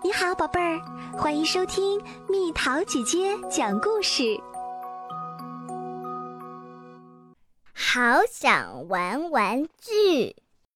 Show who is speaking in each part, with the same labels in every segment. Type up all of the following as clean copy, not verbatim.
Speaker 1: 你好，宝贝儿，欢迎收听蜜桃姐姐讲故事。
Speaker 2: 好想玩玩具。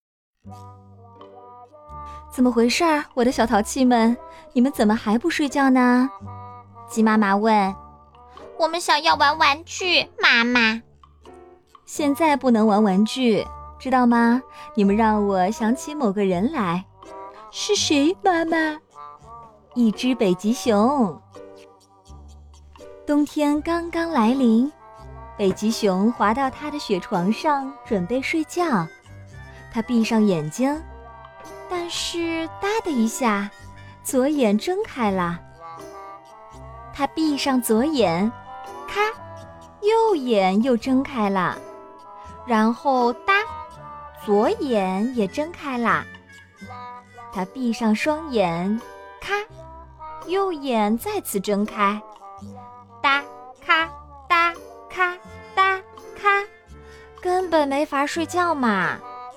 Speaker 3: 怎么回事儿，我的小淘气们，你们怎么还不睡觉呢？鸡妈妈问。
Speaker 4: 我们想要玩玩具，妈妈。
Speaker 3: 现在不能玩玩具，知道吗？你们让我想起某个人来。是谁，妈妈？一只北极熊。冬天刚刚来临，北极熊滑到它的雪床上，准备睡觉。它闭上眼睛，但是哒的一下，左眼睁开了。它闭上左眼，咔，右眼又睁开了，然后哒，左眼也睁开了。它闭上双眼，咔，右眼再次睁开，哒咔哒咔哒咔，根本没法睡觉嘛。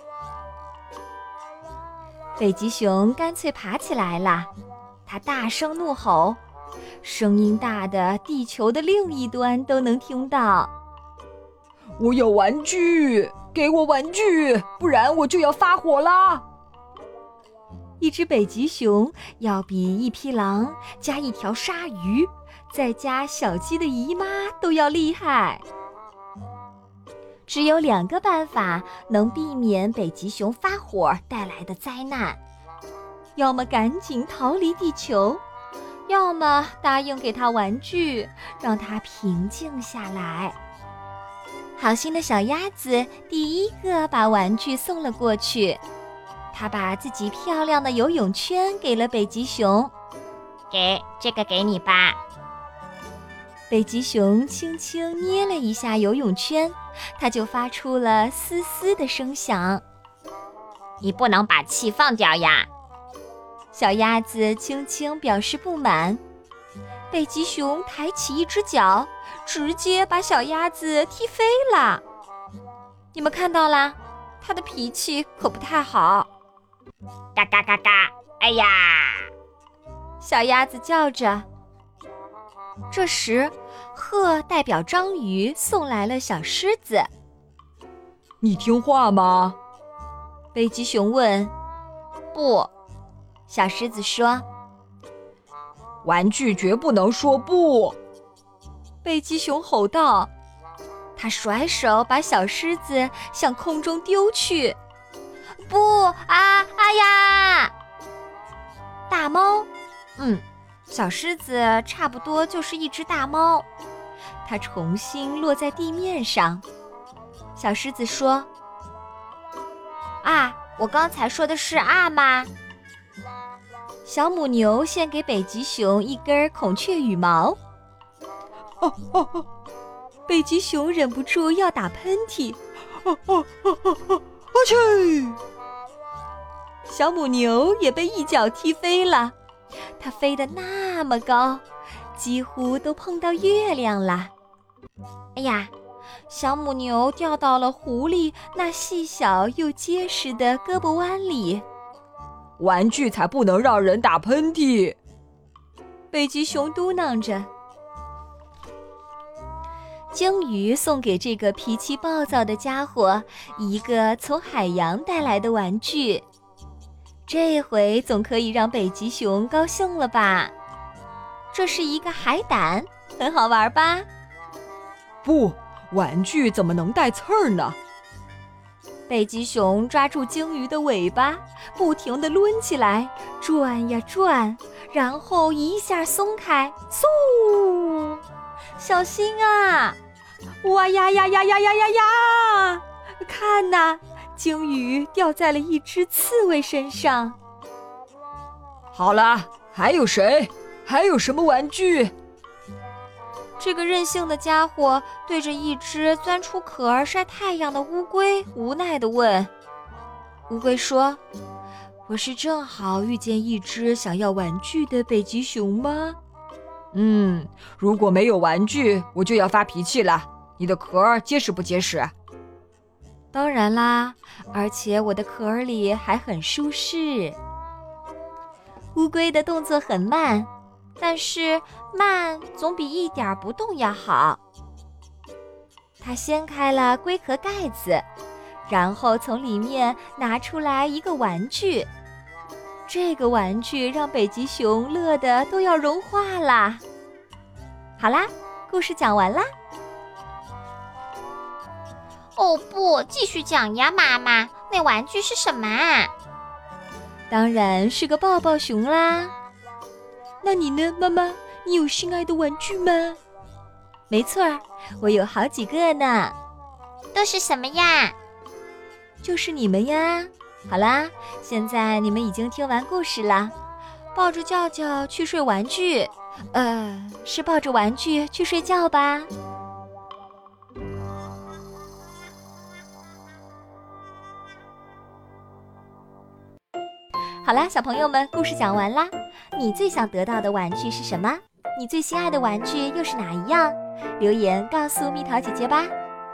Speaker 3: 北极熊干脆爬起来了，它大声怒吼，声音大的地球的另一端都能听到。
Speaker 5: 我要玩具，给我玩具，不然我就要发火啦！
Speaker 3: 一只北极熊要比一匹狼加一条鲨鱼再加小鸡的姨妈都要厉害。只有2个办法能避免北极熊发火带来的灾难，要么赶紧逃离地球，要么答应给它玩具，让它平静下来。好心的小鸭子第一个把玩具送了过去，他把自己漂亮的游泳圈给了北极熊。
Speaker 4: 这个给你吧。
Speaker 3: 北极熊轻轻捏了一下游泳圈，它就发出了嘶嘶的声响。
Speaker 4: 你不能把气放掉呀！
Speaker 3: 小鸭子轻轻表示不满。北极熊抬起一只脚，直接把小鸭子踢飞了。你们看到啦？它的脾气可不太好。
Speaker 4: 嘎嘎嘎嘎！哎呀！
Speaker 3: 小鸭子叫着。这时，鹤代表章鱼送来了小狮子。
Speaker 5: 你听话吗？
Speaker 3: 北极熊问。不，小狮子说。
Speaker 5: 玩具绝不能说不！
Speaker 3: 北极熊吼道。他甩手把小狮子向空中丢去。不啊！哎呀！大猫，小狮子差不多就是一只大猫，它重新落在地面上。小狮子说：“啊，我刚才说的是啊吗？”小母牛献给北极熊一根孔雀羽毛。北极熊忍不住要打喷嚏。
Speaker 5: 去！
Speaker 3: 小母牛也被一脚踢飞了，它飞得那么高，几乎都碰到月亮了。哎呀，小母牛掉到了湖里那细小又结实的胳膊弯里。
Speaker 5: 玩具才不能让人打喷嚏，
Speaker 3: 北极熊嘟囔着。鲸鱼送给这个脾气暴躁的家伙一个从海洋带来的玩具，这回总可以让北极熊高兴了吧？这是一个海胆，很好玩吧？
Speaker 5: 不，玩具怎么能带刺儿呢？
Speaker 3: 北极熊抓住鲸鱼的尾巴，不停地抡起来，转呀转，然后一下松开，嗖！小心啊！哇呀呀呀呀呀呀呀！看呐，鲸鱼掉在了一只刺猬身上。
Speaker 5: 好了，还有谁？还有什么玩具？
Speaker 3: 这个任性的家伙对着一只钻出壳晒太阳的乌龟无奈地问。乌龟说：“我是正好遇见一只想要玩具的北极熊吗？”
Speaker 5: 如果没有玩具，我就要发脾气了。你的壳结实不结实？
Speaker 3: 当然啦，而且我的壳里还很舒适。 乌龟的动作很慢，但是慢总比一点不动要好。它掀开了龟壳盖子，然后从里面拿出来一个玩具。这个玩具让北极熊乐得都要融化啦。好啦，故事讲完啦。
Speaker 4: 哦不，继续讲呀，妈妈，那玩具是什么啊？
Speaker 3: 当然是个抱抱熊啦。那你呢，妈妈？你有心爱的玩具吗？没错，我有好几个呢。
Speaker 4: 都是什么呀？
Speaker 3: 就是你们呀。好啦，现在你们已经听完故事啦。抱着叫叫去睡玩具，是抱着玩具去睡觉吧。好啦，小朋友们，故事讲完啦。你最想得到的玩具是什么？你最心爱的玩具又是哪一样？留言告诉蜜桃姐姐吧。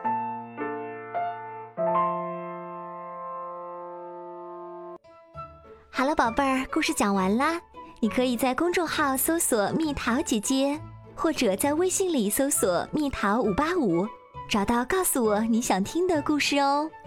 Speaker 1: 好了，宝贝儿，故事讲完啦。你可以在公众号搜索蜜桃姐姐，或者在微信里搜索蜜桃585，找到告诉我你想听的故事哦。